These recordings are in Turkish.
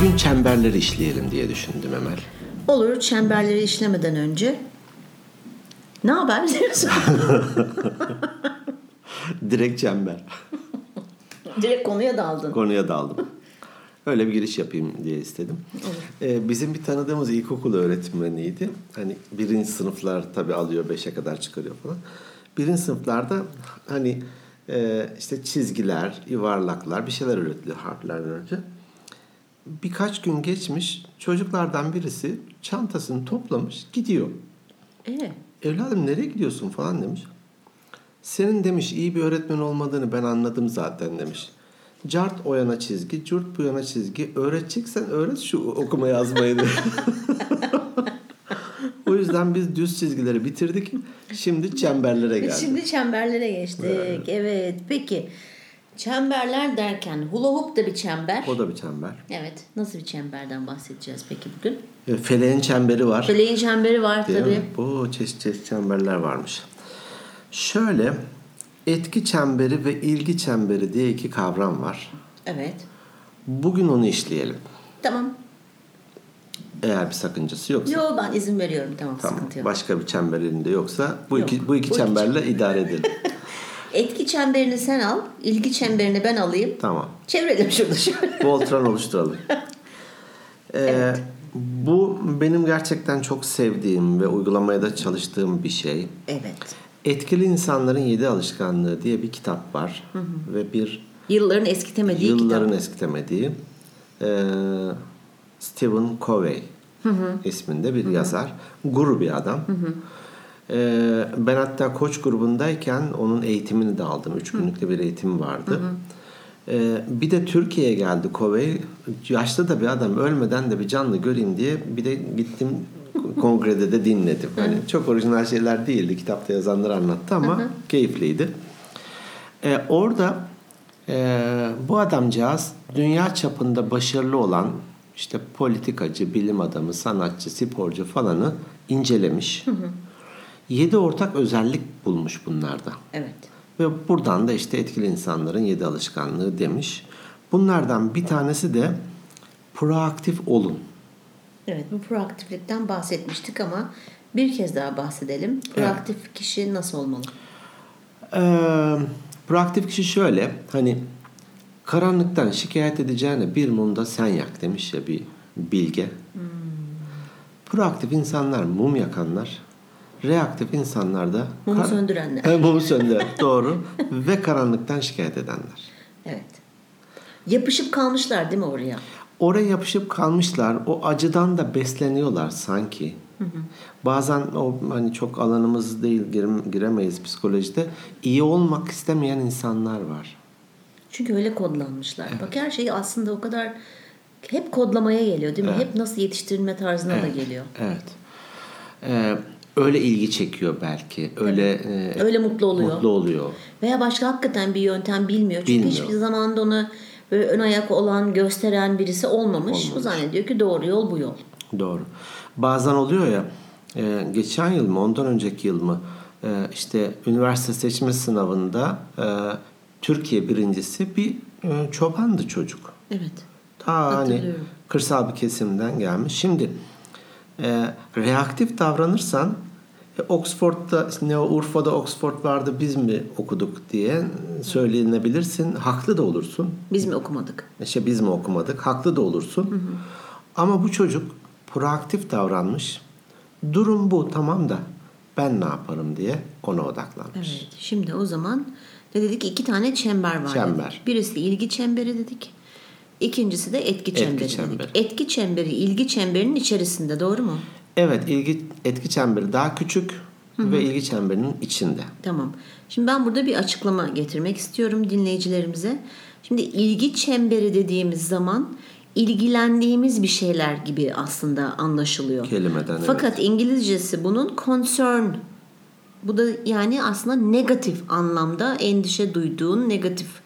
Bugün çemberleri işleyelim diye düşündüm Emel. Olur, çemberleri işlemeden önce ne haber? Direkt çember. Direkt konuya daldın. Konuya daldım. Öyle bir giriş yapayım diye istedim. Bizim bir tanıdığımız ilkokul öğretmeniydi. Hani birinci sınıflar tabii alıyor, 5'e kadar çıkarıyor falan. Birinci sınıflarda hani işte çizgiler, yuvarlaklar bir şeyler öğretiliyor harflerden önce. Birkaç gün geçmiş, çocuklardan birisi çantasını toplamış gidiyor. Evladım nereye gidiyorsun falan demiş. Senin demiş iyi bir öğretmen olmadığını ben anladım zaten demiş. Cart o yana çizgi, curt bu yana çizgi. Öğreteceksen öğret şu okuma yazmayı. O yüzden biz düz çizgileri bitirdik. Şimdi çemberlere geldik. Şimdi çemberlere geçtik. Evet. Peki. Çemberler derken hula hoop da bir çember. O da bir çember. Evet. Nasıl bir çemberden bahsedeceğiz peki bugün? Feleğin çemberi var. Feleğin çemberi var değil tabii. Mi? Bu çeşit çemberler varmış. Şöyle etki çemberi ve ilgi çemberi diye iki kavram var. Evet. Bugün onu işleyelim. Tamam. Eğer bir sakıncası yoksa. Yok ben izin veriyorum. Tamam. Sıkıntı yok. Başka bir çember elinde yoksa bu iki çemberle idare edelim. Etki çemberini sen al, ilgi çemberini ben alayım. Tamam. Çevirelim şurada şöyle. Voltron oluşturalım. Evet. Bu benim gerçekten çok sevdiğim ve uygulamaya da çalıştığım bir şey. Evet. Etkili İnsanların 7 Alışkanlığı diye bir kitap var. Ve bir Yılların eskitemediği Stephen Covey isminde bir yazar. Guru bir adam. Ben hatta koç grubundayken onun eğitimini de aldım. 3 günlük de bir eğitim vardı. Bir de Türkiye'ye geldi Covey. Yaşlı da bir adam, ölmeden de bir canlı göreyim diye bir de gittim kongrede de dinledim. Yani çok orijinal şeyler değildi. Kitapta yazanlar anlattı ama keyifliydi. Orada bu adamcağız dünya çapında başarılı olan işte politikacı, bilim adamı, sanatçı, sporcu falanı incelemiş. 7 ortak özellik bulmuş bunlarda. Evet. Ve buradan da işte etkili insanların 7 alışkanlığı demiş. Bunlardan bir tanesi de proaktif olun. Evet, bu proaktiflikten bahsetmiştik ama bir kez daha bahsedelim. Proaktif kişi nasıl olmalı? Proaktif kişi şöyle, hani karanlıktan şikayet edeceğine bir mum da sen yak demiş ya bir bilge. Proaktif insanlar mum yakanlar. Reaktif insanlar da mumu söndürenler. Mumu söndüren, doğru. Ve karanlıktan şikayet edenler. Evet. Yapışıp kalmışlar değil mi oraya? Oraya yapışıp kalmışlar. O acıdan da besleniyorlar sanki. Bazen o hani çok alanımız değil, giremeyiz psikolojide. İyi olmak istemeyen insanlar var. Çünkü öyle kodlanmışlar. Evet. Bak her şey aslında o kadar hep kodlamaya geliyor değil mi? Evet. Hep nasıl yetiştirilme tarzına da geliyor. Evet. Öyle ilgi çekiyor belki. Öyle öyle mutlu oluyor. Veya başka hakikaten bir yöntem bilmiyor. Çünkü hiçbir zaman da onu böyle ön ayak olan, gösteren birisi olmamış. O zannediyor ki doğru yol bu yol. Doğru. Bazen oluyor ya geçen yıl mı ondan önceki yıl mı işte üniversite seçme sınavında Türkiye birincisi bir çobandı çocuk. Evet. Hani kırsal bir kesimden gelmiş. Şimdi reaktif davranırsan Oxford'da Urfa'da Oxford vardı biz mi okuduk diye söylenebilirsin. Haklı da olursun. Biz mi okumadık? Biz mi okumadık? Haklı da olursun. Ama bu çocuk proaktif davranmış. Durum bu tamam da ben ne yaparım diye ona odaklanmış. Evet. Şimdi o zaman ne dedik? 2 tane çember var. Dedik. Birisi ilgi çemberi dedik. İkincisi de etki çemberi dedik. Etki çemberi ilgi çemberinin içerisinde, doğru mu? Evet, etki çemberi daha küçük ve ilgi çemberinin içinde. Tamam. Şimdi ben burada bir açıklama getirmek istiyorum dinleyicilerimize. Şimdi ilgi çemberi dediğimiz zaman ilgilendiğimiz bir şeyler gibi aslında anlaşılıyor. Kelimeden Fakat İngilizcesi bunun concern. Bu da yani aslında negatif anlamda endişe duyduğun, negatif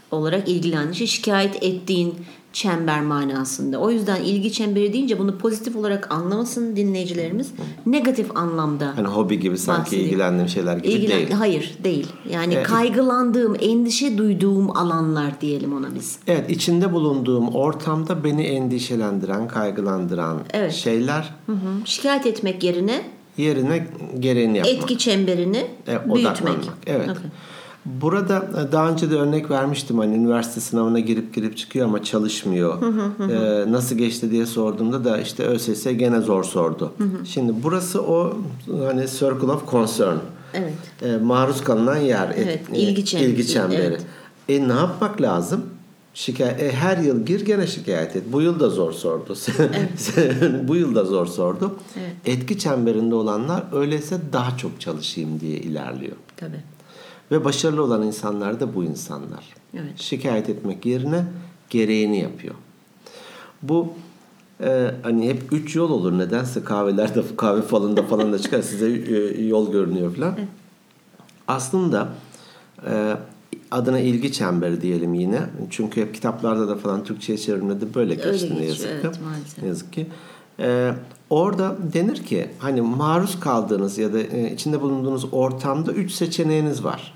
olarak ilgilendiğin şey, şikayet ettiğin çember manasında. O yüzden ilgi çemberi deyince bunu pozitif olarak anlamasın dinleyicilerimiz. Negatif anlamda. Hani hobi gibi sanki bahsedeyim. ilgilendiğim şeyler gibi değil. Hayır, değil. Yani kaygılandığım, endişe duyduğum alanlar diyelim ona biz. Evet, içinde bulunduğum ortamda beni endişelendiren, kaygılandıran şeyler. Şikayet etmek yerine gereğini yapmak. Etki çemberini büyütmek. Evet. Okay. Burada daha önce de örnek vermiştim. Hani üniversite sınavına girip çıkıyor ama çalışmıyor. Nasıl geçti diye sorduğumda da işte ÖSS gene zor sordu. Şimdi burası o hani circle of concern. Evet. Maruz kalınan yer. Evet. İlgi çemberi. Evet. Ne yapmak lazım? Her yıl gir gene şikayet et. Bu yıl da zor sordu. Bu yıl da zor sordu. Evet. Etki çemberinde olanlar öyleyse daha çok çalışayım diye ilerliyor. Tabii. Ve başarılı olan insanlar da bu insanlar. Evet. Şikayet etmek yerine gereğini yapıyor. Bu hani hep 3 yol olur. Nedense kahvelerde, kahve falında falan da çıkar. Size yol görünüyor falan. Evet. Aslında adına ilgi çemberi diyelim yine. Çünkü hep kitaplarda da falan Türkçe'ye çevrimde böyle geçti ne yazık ki. Evet, maalesef. Ne yazık ki. Orada denir ki hani maruz kaldığınız ya da içinde bulunduğunuz ortamda 3 seçeneğiniz var.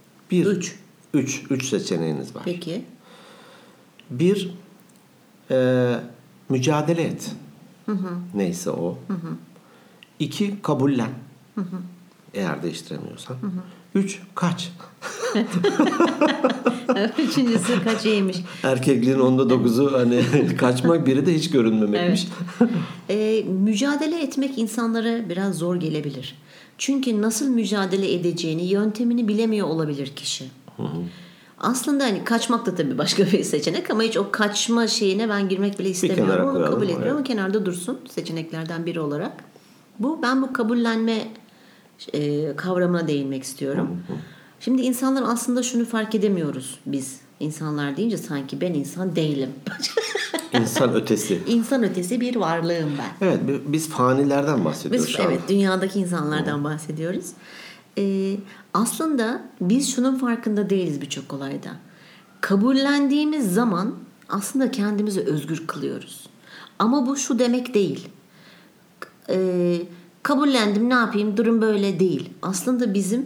3 seçeneğiniz var. Peki. 1 mücadele et. Neyse o. 2 kabullen. Eğer değiştiremiyorsan. 3 kaç. Üçüncüsü kaçıymış. Erkekliğin 9'u hani kaçmak, biri de hiç görünmemekmiş. Evet. Mücadele etmek insanlara biraz zor gelebilir. Çünkü nasıl mücadele edeceğini, yöntemini bilemiyor olabilir kişi. Aslında hani kaçmak da tabii başka bir seçenek ama hiç o kaçma şeyine ben girmek bile istemiyorum. Onu kabul etmiyorum ama kenarda dursun seçeneklerden biri olarak. Ben bu kabullenme kavramına değinmek istiyorum. Şimdi insanlar aslında şunu fark edemiyoruz biz. İnsanlar deyince sanki ben insan değilim. İnsan ötesi. İnsan ötesi bir varlığım ben. Evet, biz fanilerden bahsediyoruz şu an. Evet, dünyadaki insanlardan bahsediyoruz. Aslında biz şunun farkında değiliz birçok olayda. Kabullendiğimiz zaman aslında kendimizi özgür kılıyoruz. Ama bu şu demek değil. Kabullendim, ne yapayım, durum böyle değil. Aslında bizim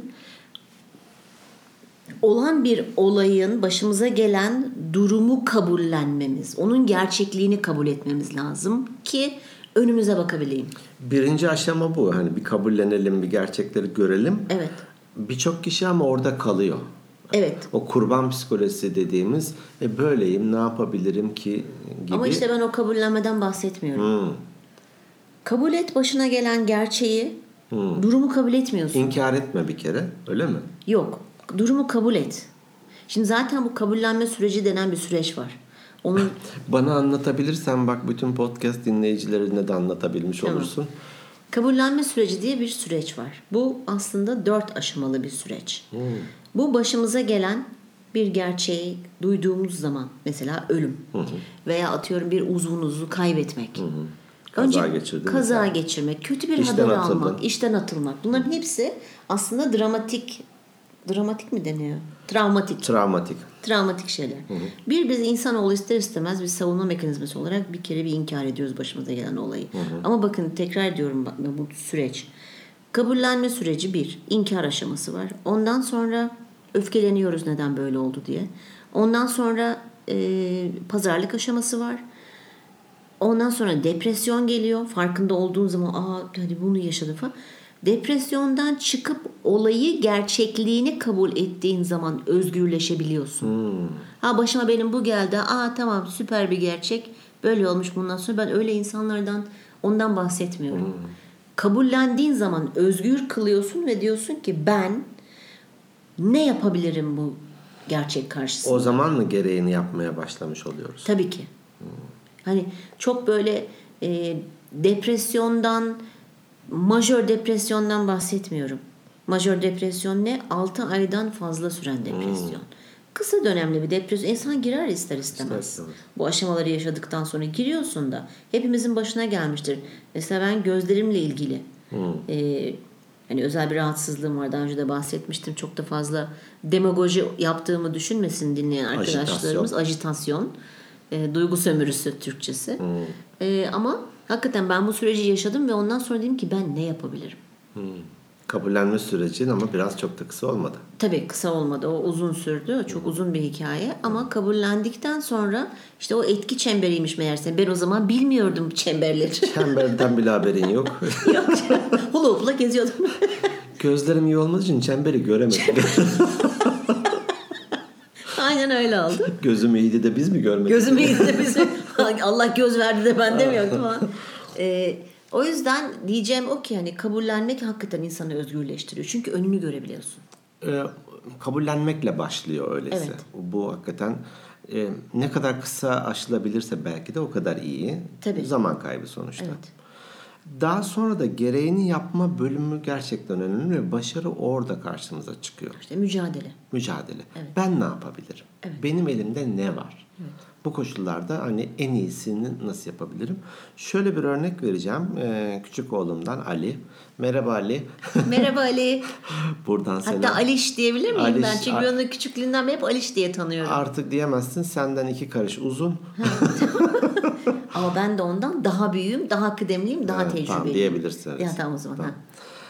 olan bir olayın, başımıza gelen durumu kabullenmemiz, onun gerçekliğini kabul etmemiz lazım ki önümüze bakabileyim. Birinci aşama bu. Hani bir kabullenelim, bir gerçekleri görelim. Evet. Birçok kişi ama orada kalıyor. Evet. O kurban psikolojisi dediğimiz böyleyim, ne yapabilirim ki gibi. Ama işte ben o kabullenmeden bahsetmiyorum. Kabul et başına gelen gerçeği, durumu kabul etmiyorsun. İnkar etme bir kere, öyle mi? Yok, durumu kabul et. Şimdi zaten bu kabullenme süreci denen bir süreç var. Onun Bana anlatabilirsen bak bütün podcast dinleyicilerine de anlatabilmiş olursun. Kabullenme süreci diye bir süreç var. Bu aslında 4 aşamalı bir süreç. Bu başımıza gelen bir gerçeği duyduğumuz zaman, mesela ölüm veya atıyorum bir uzvunuzu kaybetmek. Kaza geçirmek, kötü bir haber almak, işten atılmak. Bunların hepsi aslında dramatik mi deniyor? Travmatik şeyler. Biz insanoğlu ister istemez bir savunma mekanizması olarak bir kere bir inkar ediyoruz başımıza gelen olayı. Ama bakın tekrar ediyorum bu süreç. Kabullenme süreci bir. İnkar aşaması var. Ondan sonra öfkeleniyoruz neden böyle oldu diye. Ondan sonra pazarlık aşaması var. Ondan sonra depresyon geliyor. Farkında olduğun zaman hadi bunu yaşadım falan. Depresyondan çıkıp olayı, gerçekliğini kabul ettiğin zaman özgürleşebiliyorsun. Başıma benim bu geldi. Tamam, süper bir gerçek. Böyle olmuş bundan sonra. Ben öyle insanlardan, ondan bahsetmiyorum. Kabullendiğin zaman özgür kılıyorsun ve diyorsun ki ben ne yapabilirim bu gerçek karşısında? O zaman mı gereğini yapmaya başlamış oluyoruz? Tabii ki. Hani çok böyle depresyondan, majör depresyondan bahsetmiyorum. Majör depresyon ne? 6 aydan fazla süren depresyon. Kısa dönemli bir depresyon. İnsan girer ister istemez. Bu aşamaları yaşadıktan sonra giriyorsun da. Hepimizin başına gelmiştir. Mesela ben gözlerimle ilgili hani özel bir rahatsızlığım var. Daha önce de bahsetmiştim. Çok da fazla demagoji yaptığımı düşünmesin dinleyen arkadaşlarımız. Ajitasyon. Duygu sömürüsü Türkçesi. Ama hakikaten ben bu süreci yaşadım ve ondan sonra dedim ki ben ne yapabilirim? Kabullenme sürecin ama biraz çok da kısa olmadı. Tabii kısa olmadı. O uzun sürdü. Çok uzun bir hikaye. Ama kabullendikten sonra işte o etki çemberiymiş meğerse. Ben o zaman bilmiyordum çemberleri. Çemberden bile haberin yok. Yok. Hula hula geziyordum. Gözlerim iyi olmadığı için çemberi göremedim. Aynen öyle oldu. Gözüm iyiydi de biz mi görmedik? Gözüm iyiydi de biz mi? Allah göz verdi de ben demiyorum ama. O yüzden diyeceğim o ki hani kabullenmek hakikaten insanı özgürleştiriyor. Çünkü önünü görebiliyorsun. Kabullenmekle başlıyor öyleyse. Evet. Bu hakikaten ne kadar kısa aşılabilirse belki de o kadar iyi. Tabii. Zaman kaybı sonuçta. Evet. Daha sonra da gereğini yapma bölümü gerçekten önemli ve başarı orada karşımıza çıkıyor. İşte mücadele. Mücadele. Evet. Ben ne yapabilirim? Evet. Benim elimde ne var? Evet. Bu koşullarda hani en iyisini nasıl yapabilirim? Şöyle bir örnek vereceğim. Küçük oğlumdan Ali. Merhaba Ali. Merhaba Ali. Buradan selam. Hatta Aliş diyebilir miyim Aliş, ben? Çünkü onu küçüklüğünden beri hep Aliş diye tanıyorum. Artık diyemezsin. Senden 2 karış uzun. Ama ben de ondan daha büyüğüm, daha kıdemliyim, daha tecrübeliyim. Tamam diyebilirsiniz. Ya tamam o zaman. Tamam.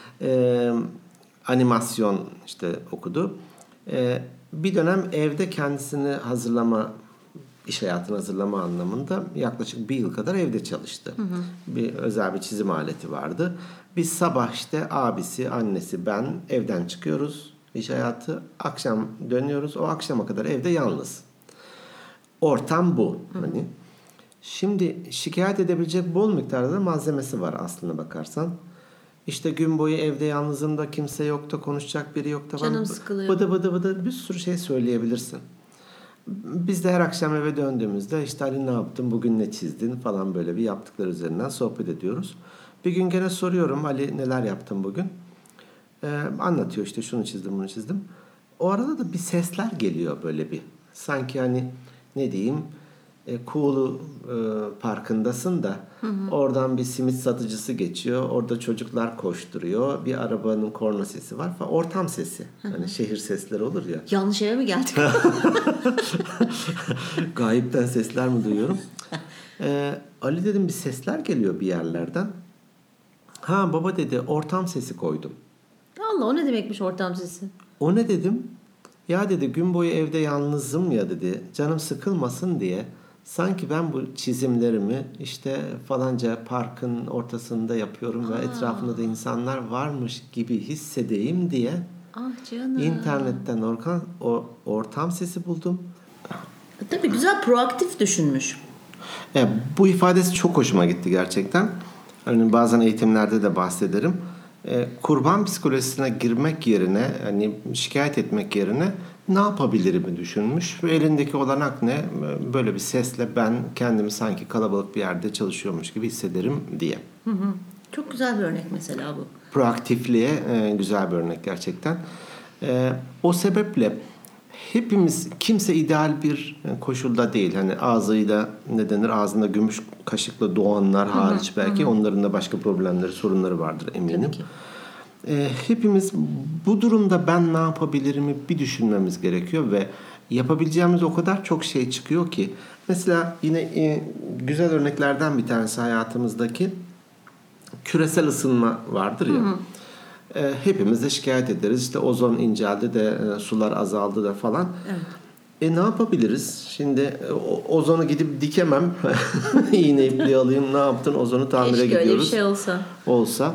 Animasyon işte okudu. Bir dönem evde kendisini hazırlama, iş hayatını hazırlama anlamında yaklaşık 1 yıl kadar evde çalıştı. Bir özel bir çizim aleti vardı. Biz sabah işte abisi, annesi, ben evden çıkıyoruz. İş hayatı. Akşam dönüyoruz. O akşama kadar evde yalnız. Ortam bu. Hani. Şimdi şikayet edebilecek bol miktarda malzemesi var aslına bakarsan. İşte gün boyu evde yalnızım da kimse yok da konuşacak biri yok da. Canım sıkılıyor. Bıdı bir sürü şey söyleyebilirsin. Biz de her akşam eve döndüğümüzde işte Ali ne yaptın, bugün ne çizdin falan böyle bir yaptıkları üzerinden sohbet ediyoruz. Bir gün gene soruyorum Ali neler yaptın bugün? Anlatıyor işte şunu çizdim bunu çizdim. O arada da bir sesler geliyor böyle bir. Sanki hani ne diyeyim Kuğulu parkındasın da oradan bir simit satıcısı geçiyor. Orada çocuklar koşturuyor. Bir arabanın korna sesi var falan. Ortam sesi. Hani şehir sesleri olur ya. Yanlış eve mi geldik? Gayipten sesler mi duyuyorum? Ali dedim bir sesler geliyor bir yerlerden. Ha baba dedi ortam sesi koydum. Allah o ne demekmiş ortam sesi? O ne dedim? Ya dedi gün boyu evde yalnızım ya dedi. Canım sıkılmasın diye. Sanki ben bu çizimlerimi işte falanca parkın ortasında yapıyorum ve etrafında da insanlar varmış gibi hissedeyim diye canım. internetten ortam sesi buldum. Tabii güzel proaktif düşünmüş. Bu ifadesi çok hoşuma gitti gerçekten. Hani bazen eğitimlerde de bahsederim. Kurban psikolojisine girmek yerine hani şikayet etmek yerine ne yapabilirim düşünmüş ve elindeki olanak ne? Böyle bir sesle ben kendimi sanki kalabalık bir yerde çalışıyormuş gibi hissederim diye. Çok güzel bir örnek mesela bu. Proaktifliğe güzel bir örnek gerçekten. O sebeple hepimiz kimse ideal bir koşulda değil. Hani ağzıyla ne denir ağzında gümüş kaşıkla doğanlar hariç belki onların da başka problemleri sorunları vardır eminim. Tabii ki. Hepimiz bu durumda ben ne yapabilirimi bir düşünmemiz gerekiyor ve yapabileceğimiz o kadar çok şey çıkıyor ki. Mesela yine güzel örneklerden bir tanesi hayatımızdaki küresel ısınma vardır ya. Hepimiz de şikayet ederiz. İşte ozon inceldi de sular azaldı da falan. Evet. Ne yapabiliriz? Şimdi ozonu gidip dikemem. İğne ipliği alayım. Ne yaptın? Ozonu tamire Keşke gidiyoruz. öyle bir şey olsa. Olsa.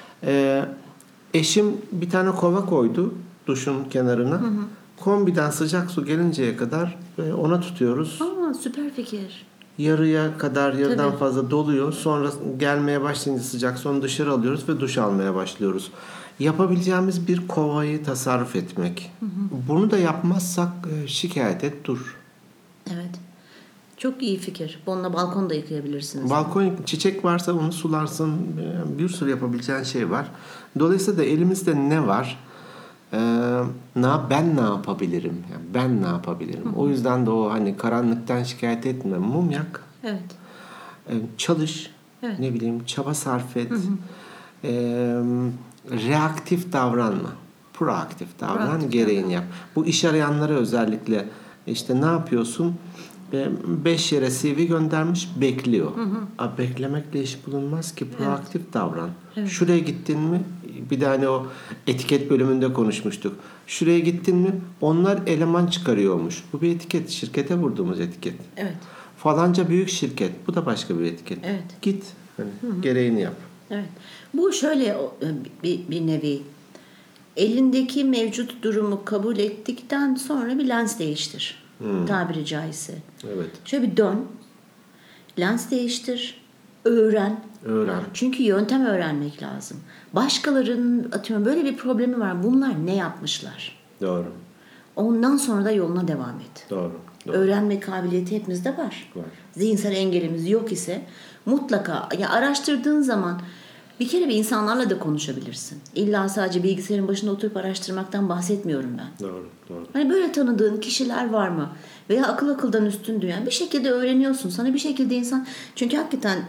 Eşim bir tane kova koydu duşun kenarına. Kombiden sıcak su gelinceye kadar ona tutuyoruz. Süper fikir. Yarıya kadar yarıdan fazla doluyor. Sonra gelmeye başlayınca sıcak su onu dışarı alıyoruz ve duş almaya başlıyoruz. Yapabileceğimiz bir kovayı tasarruf etmek. Bunu da yapmazsak şikayet et dur. Evet. Çok iyi fikir. Bununla balkon da yıkayabilirsiniz. Balkon çiçek varsa onu sularsın. Bir sürü yapabileceğin şey var. Dolayısıyla da elimizde ne var? Ben ne yapabilirim? Yani ben ne yapabilirim? O yüzden de o hani karanlıktan şikayet etme. Mum yak. Evet. Çalış. Evet. Ne bileyim çaba sarf et. reaktif davranma. Proaktif davran, Proaktif gereğini yap. Bu iş arayanlara özellikle işte ne yapıyorsun? 5 yere CV göndermiş, bekliyor. Beklemekle iş bulunmaz ki. Proaktif davran. Evet. Şuraya gittin mi? Bir de hani o etiket bölümünde konuşmuştuk. Şuraya gittin mi? Onlar eleman çıkarıyormuş. Bu bir etiket. Şirkete vurduğumuz etiket. Evet. Falanca büyük şirket. Bu da başka bir etiket. Evet. Git. Hani gereğini yap. Evet. Bu şöyle bir nevi elindeki mevcut durumu kabul ettikten sonra bir lens değiştir. Tabiri caizse. Evet. Şöyle bir dön. Lens değiştir. Öğren. Öğren. Çünkü yöntem öğrenmek lazım. Başkalarının atıyorum böyle bir problemi var. Bunlar ne yapmışlar? Doğru. Ondan sonra da yoluna devam et. Doğru. Doğru. Öğrenme kabiliyeti hepimizde var. Var. Zihinsel engelimiz yok ise mutlaka ya araştırdığın zaman bir kere bir insanlarla da konuşabilirsin. İlla sadece bilgisayarın başında oturup araştırmaktan bahsetmiyorum ben. Doğru. Doğru. Hani böyle tanıdığın kişiler var mı? Veya akıl akıldan üstün duyan bir şekilde öğreniyorsun. Sana bir şekilde insan... Çünkü hakikaten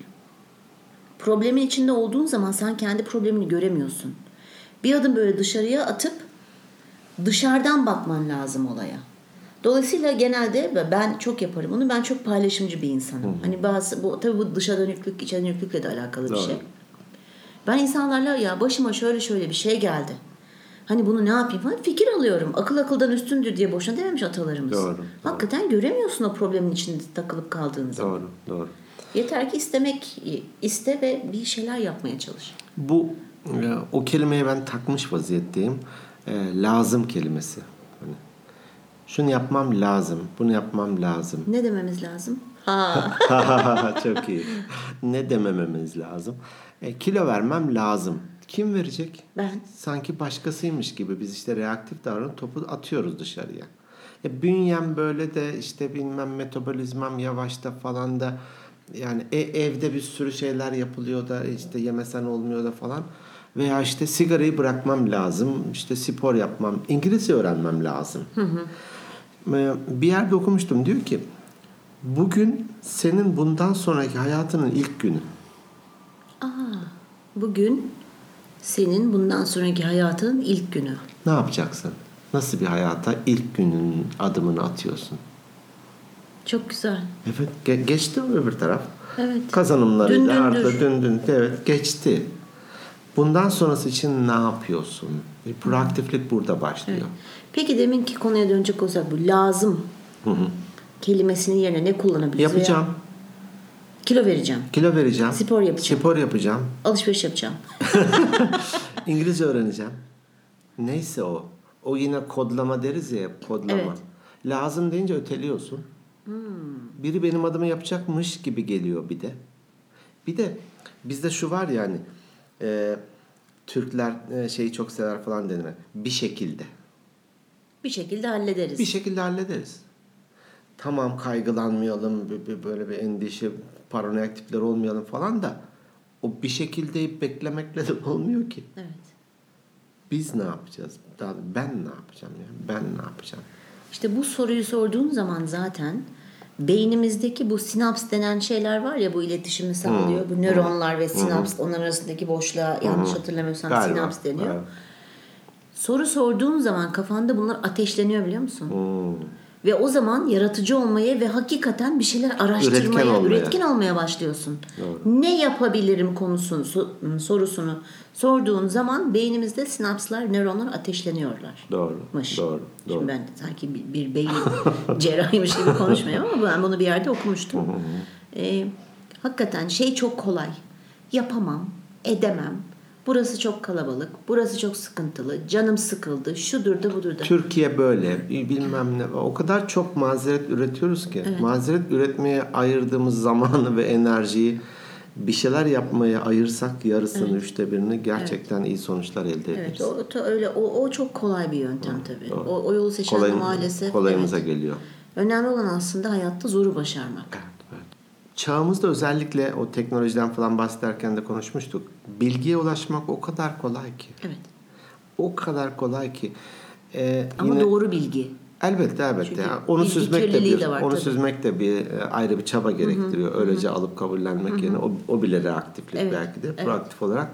problemin içinde olduğun zaman sen kendi problemini göremiyorsun. Bir adım böyle dışarıya atıp dışarıdan bakman lazım olaya. Dolayısıyla genelde ben çok yaparım onu. Ben çok paylaşımcı bir insanım. Hani tabii bu dışa dönüklük, içe dönüklükle de alakalı bir şey. Ben insanlarla ya başıma şöyle bir şey geldi. Hani bunu ne yapayım falan fikir alıyorum. Akıl akıldan üstündür diye boşuna dememiş atalarımız. Doğru. Hakikaten göremiyorsun o problemin içinde takılıp kaldığın zaman. Doğru. Yeter ki iste ve bir şeyler yapmaya çalış. Bu o kelimeye ben takmış vaziyetteyim. Lazım kelimesi. Hani, şunu yapmam lazım. Bunu yapmam lazım. Ne dememiz lazım? Çok iyi. Ne demememiz lazım? Kilo vermem lazım. Kim verecek? Ben. Sanki başkasıymış gibi biz işte reaktif davranıp topu atıyoruz dışarıya. Bünyem böyle de işte bilmem metabolizmam yavaşta falan da yani evde bir sürü şeyler yapılıyor da işte yemesen olmuyor da falan. Veya işte sigarayı bırakmam lazım. İşte spor yapmam. İngilizce öğrenmem lazım. Bir yerde okumuştum. Diyor ki bugün senin bundan sonraki hayatının ilk günü. Bugün senin bundan sonraki hayatının ilk günü. Ne yapacaksın? Nasıl bir hayata ilk günün adımını atıyorsun? Çok güzel. Evet. Geçti mi öbür taraf? Evet. Kazanımlarıyla artık dün. Evet. Geçti. Bundan sonrası için ne yapıyorsun? Bir proaktiflik burada başlıyor. Evet. Peki deminki konuya dönecek olsak bu lazım kelimesinin yerine ne kullanabiliriz? Yapacağım. Kilo vereceğim. Spor yapacağım. Alışveriş yapacağım. İngilizce öğreneceğim. Neyse o. O yine kodlama deriz ya, kodlama. Evet. Lazım deyince öteliyorsun. Biri benim adımı yapacakmış gibi geliyor bir de. Bir de bizde şu var yani Türkler şeyi çok sever falan denir. Bir şekilde. Bir şekilde hallederiz. Bir şekilde hallederiz. Tamam kaygılanmayalım, böyle bir endişe, paranoyak tipler olmayalım falan da o bir şekilde beklemekle de olmuyor ki. Evet. Biz ne yapacağız? Ben ne yapacağım yani? Ben ne yapacağım? İşte bu soruyu sorduğun zaman zaten beynimizdeki bu sinaps denen şeyler var ya bu iletişimi sağlıyor. Bu nöronlar ve sinaps onlar arasındaki boşluğa yanlış hatırlamıyorsam sinaps deniyor. Galiba. Soru sorduğun zaman kafanda bunlar ateşleniyor biliyor musun? Ve o zaman yaratıcı olmaya ve hakikaten bir şeyler araştırmaya, üretken olmaya başlıyorsun. Doğru. Ne yapabilirim sorusunu sorduğun zaman beynimizde sinapslar, nöronlar ateşleniyorlar. Doğru. Şimdi ben sanki bir beyin cerrahıymış gibi konuşmuyorum ama ben bunu bir yerde okumuştum. Hakikaten şey çok kolay. Yapamam, edemem. Burası çok kalabalık, burası çok sıkıntılı, canım sıkıldı, şudur da budur da. Türkiye böyle, bilmem ne. O kadar çok mazeret üretiyoruz ki. Evet. Mazeret üretmeye ayırdığımız zamanı ve enerjiyi bir şeyler yapmaya ayırsak yarısını, üçte birini gerçekten iyi sonuçlar elde ederiz. Evet, o çok kolay bir yöntem tabii. O yolu seçen maalesef. Kolayımıza geliyor. Önemli olan aslında hayatta zoru başarmak. Evet. Çağımızda özellikle o teknolojiden falan bahsederken de konuşmuştuk. Bilgiye ulaşmak o kadar kolay ki. Evet. O kadar kolay ki. Ama doğru bilgi. Elbette. Çünkü Onu süzmek süzmek de bir ayrı bir çaba gerektiriyor. Öylece alıp kabullenmek yerine o bile reaktiflik belki de proaktif olarak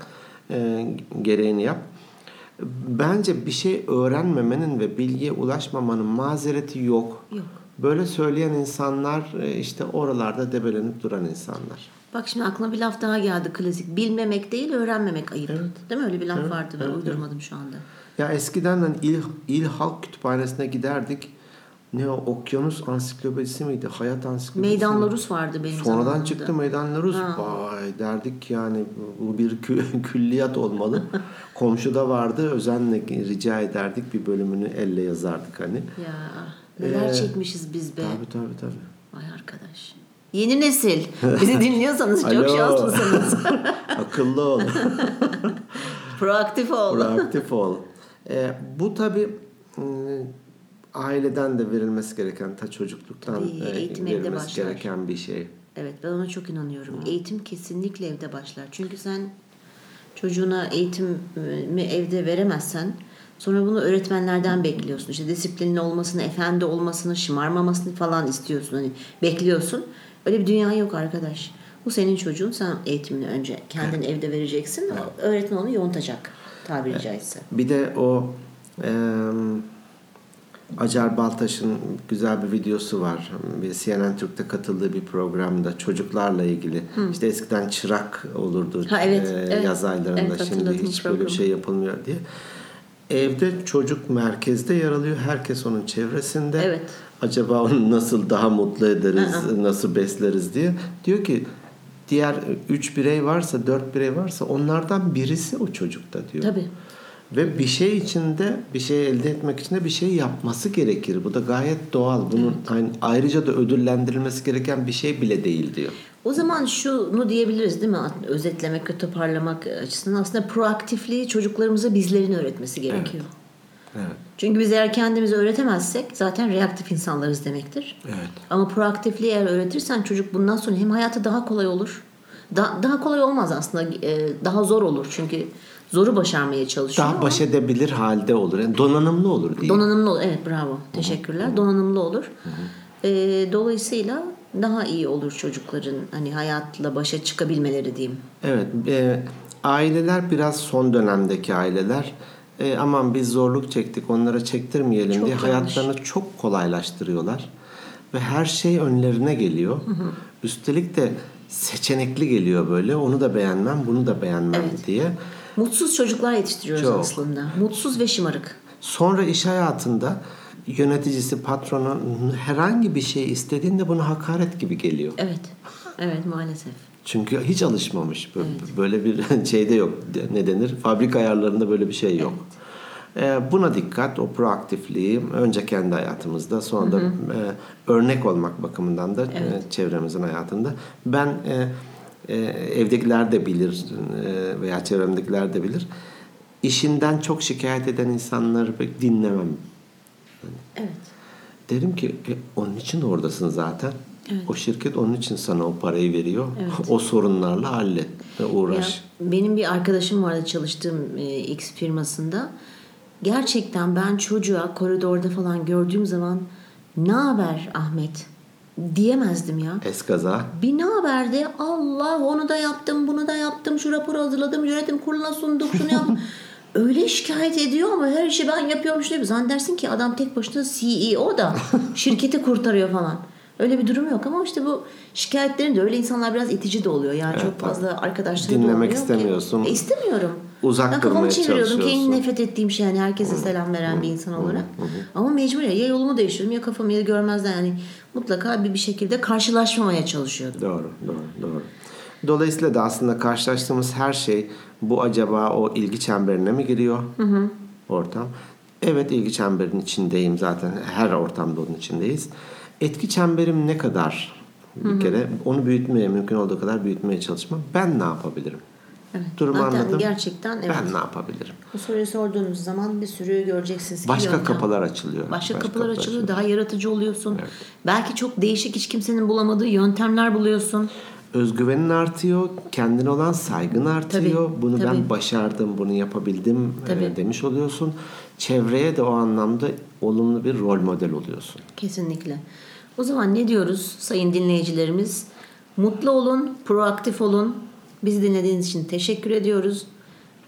gereğini yap. Bence bir şey öğrenmemenin ve bilgiye ulaşmamanın mazereti yok. Yok. Böyle söyleyen insanlar işte oralarda debelenip duran insanlar. Bak şimdi aklıma bir laf daha geldi klasik. Bilmemek değil, öğrenmemek ayıp. Evet. Değil mi? Öyle bir laf Evet, vardı. Ben evet, uydurmadım şu anda. Ya eskiden hani il halk kütüphanesine giderdik. Ne o Okyanus ansiklopedisi miydi? Hayat ansiklopedisi Meydan miydi? Larus vardı benim Sonradan zamanımda. çıktı Meydan Larus. Vay derdik yani bu bir külliyat olmalı. Komşuda vardı. Özenle rica ederdik. Bir bölümünü elle yazardık hani. Ya neler çekmişiz biz be. Tabii. Vay arkadaş. Yeni nesil. Bizi dinliyorsanız çok şanslısınız. Akıllı ol. Proaktif ol. Proaktif ol. Bu tabii aileden de verilmesi gereken, ta çocukluktan verilmesi gereken bir şey. Evet, ben ona çok inanıyorum. Eğitim kesinlikle evde başlar. Çünkü sen çocuğuna eğitimi evde veremezsen sonra bunu öğretmenlerden bekliyorsun. İşte disiplinli olmasını, efendi olmasını, şımarmamasını falan istiyorsun. Hani bekliyorsun. Öyle bir dünya yok arkadaş. Bu senin çocuğun. Sen eğitimini önce kendin evde vereceksin. Öğretmen onu yontacak tabiri caizse. Bir de o Acar Baltaş'ın güzel bir videosu var. Bir CNN Türk'te katıldığı bir programda çocuklarla ilgili. İşte eskiden çırak olurdu yaz aylarında. Şimdi hiç böyle bir şey yapılmıyor diye. Evde çocuk merkezde yer alıyor. Herkes onun çevresinde. Evet. Acaba onu nasıl daha mutlu ederiz, nasıl besleriz diye. Diyor ki diğer 3 birey varsa, 4 birey varsa onlardan birisi o çocukta diyor. Tabii. Ve bir şey içinde, bir şey elde etmek için de bir şey yapması gerekir. Bu da gayet doğal. Bunun ayrıca da ödüllendirilmesi gereken bir şey bile değil diyor. O zaman şunu diyebiliriz değil mi? Özetlemek ve toparlamak açısından aslında proaktifliği çocuklarımıza bizlerin öğretmesi gerekiyor. Evet. Çünkü biz eğer kendimizi öğretemezsek zaten reaktif insanlarız demektir. Evet. Ama proaktifliği eğer öğretirsen çocuk bundan sonra hem hayatı daha kolay olur. Daha kolay olmaz aslında. Daha zor olur. Çünkü zoru başarmaya çalışıyor. Daha baş edebilir halde olur. Yani donanımlı olur diye. Donanımlı olur. Evet, bravo. Teşekkürler. Donanımlı olur. Dolayısıyla daha iyi olur çocukların hani hayatla başa çıkabilmeleri diyeyim. Evet. Aileler biraz son dönemdeki aileler aman biz zorluk çektik onlara çektirmeyelim çok diye yanlış. hayatlarını çok kolaylaştırıyorlar. Ve her şey önlerine geliyor. Üstelik de seçenekli geliyor böyle. Onu da beğenmem, bunu da beğenmem diye. Mutsuz çocuklar yetiştiriyoruz aslında. Mutsuz ve şımarık. Sonra iş hayatında yöneticisi, patronu herhangi bir şey istediğinde buna hakaret gibi geliyor. Evet. Evet, maalesef. Çünkü hiç alışmamış. Böyle bir şey de yok. Ne denir? Fabrika ayarlarında böyle bir şey yok. Buna dikkat, o proaktifliği önce kendi hayatımızda, sonra da örnek olmak bakımından da çevremizin hayatında. Ben evdekiler de bilir veya çevremdekiler de bilir. İşinden çok şikayet eden insanları pek dinlemem. Evet. Derim ki onun için oradasın zaten. Evet. O şirket onun için sana o parayı veriyor. Evet. O sorunlarla hallet ve uğraş. Ya, benim bir arkadaşım vardı çalıştığım X firmasında. Gerçekten ben çocuğa koridorda falan gördüğüm zaman ne haber Ahmet diyemezdim ya. Eskaza. Bir ne haber de Allah onu da yaptım bunu da yaptım şu raporu hazırladım yönetim kuruluna sunduk şunu yaptım. Öyle şikayet ediyor ama her işi ben yapıyormuş diye. Zannedersin ki adam tek başına CEO da şirketi kurtarıyor falan. Öyle bir durum yok ama işte bu şikayetlerin de öyle insanlar biraz itici de oluyor. Yani çok fazla arkadaşları dinlemek istemiyorsun. İstemiyorum. Uzak ben kafamı çeviriyordum. Kendi nefret ettiğim şey yani herkese selam veren bir insan olarak. Ama mecbur ya yolumu değiştiriyorum ya kafamı ya görmezden yani mutlaka bir şekilde karşılaşmamaya çalışıyordum. Doğru. Dolayısıyla da aslında karşılaştığımız her şey bu acaba o ilgi çemberine mi giriyor? Ortam. Evet ilgi çemberinin içindeyim zaten. Her ortamda onun içindeyiz. Etki çemberim ne kadar? Bir kere onu büyütmeye, mümkün olduğu kadar büyütmeye çalışmam. Ben ne yapabilirim? Evet. Durumu anladım. Gerçekten evet. Ben ne yapabilirim? Bu soruyu sorduğunuz zaman bir sürü göreceksiniz ki başka kapılar açılıyor. Başka kapılar açılıyor. Daha yaratıcı oluyorsun. Evet. Belki çok değişik hiç kimsenin bulamadığı yöntemler buluyorsun. Özgüvenin artıyor. Kendine olan saygın artıyor. Bunu ben başardım, bunu yapabildim demiş oluyorsun. Çevreye de o anlamda olumlu bir rol model oluyorsun. Kesinlikle. O zaman ne diyoruz sayın dinleyicilerimiz? Mutlu olun, proaktif olun. Bizi dinlediğiniz için teşekkür ediyoruz.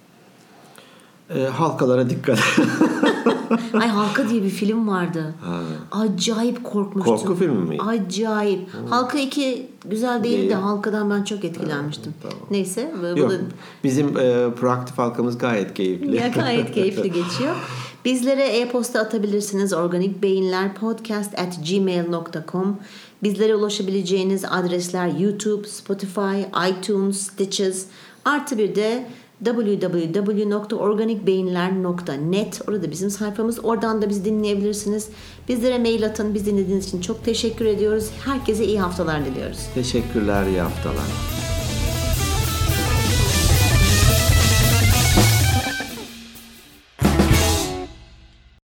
Halkalara dikkat. Ay, Halka diye bir film vardı. Acayip korkmuştum. Korku filmi mi? Acayip. Halka 2 güzel değildi de Halka'dan ben çok etkilenmiştim. Tamam. Neyse. Yok, bizim proaktif halkamız gayet keyifli. Ya, gayet keyifli geçiyor. Bizlere e-posta atabilirsiniz. organicbeyinlerpodcast@gmail.com. Bizlere ulaşabileceğiniz adresler YouTube, Spotify, iTunes, Stitches. Artı bir de www.organicbeyinler.net. Orada bizim sayfamız. Oradan da bizi dinleyebilirsiniz. Bizlere mail atın. Biz dinlediğiniz için çok teşekkür ediyoruz. Herkese iyi haftalar diliyoruz. Teşekkürler, iyi haftalar.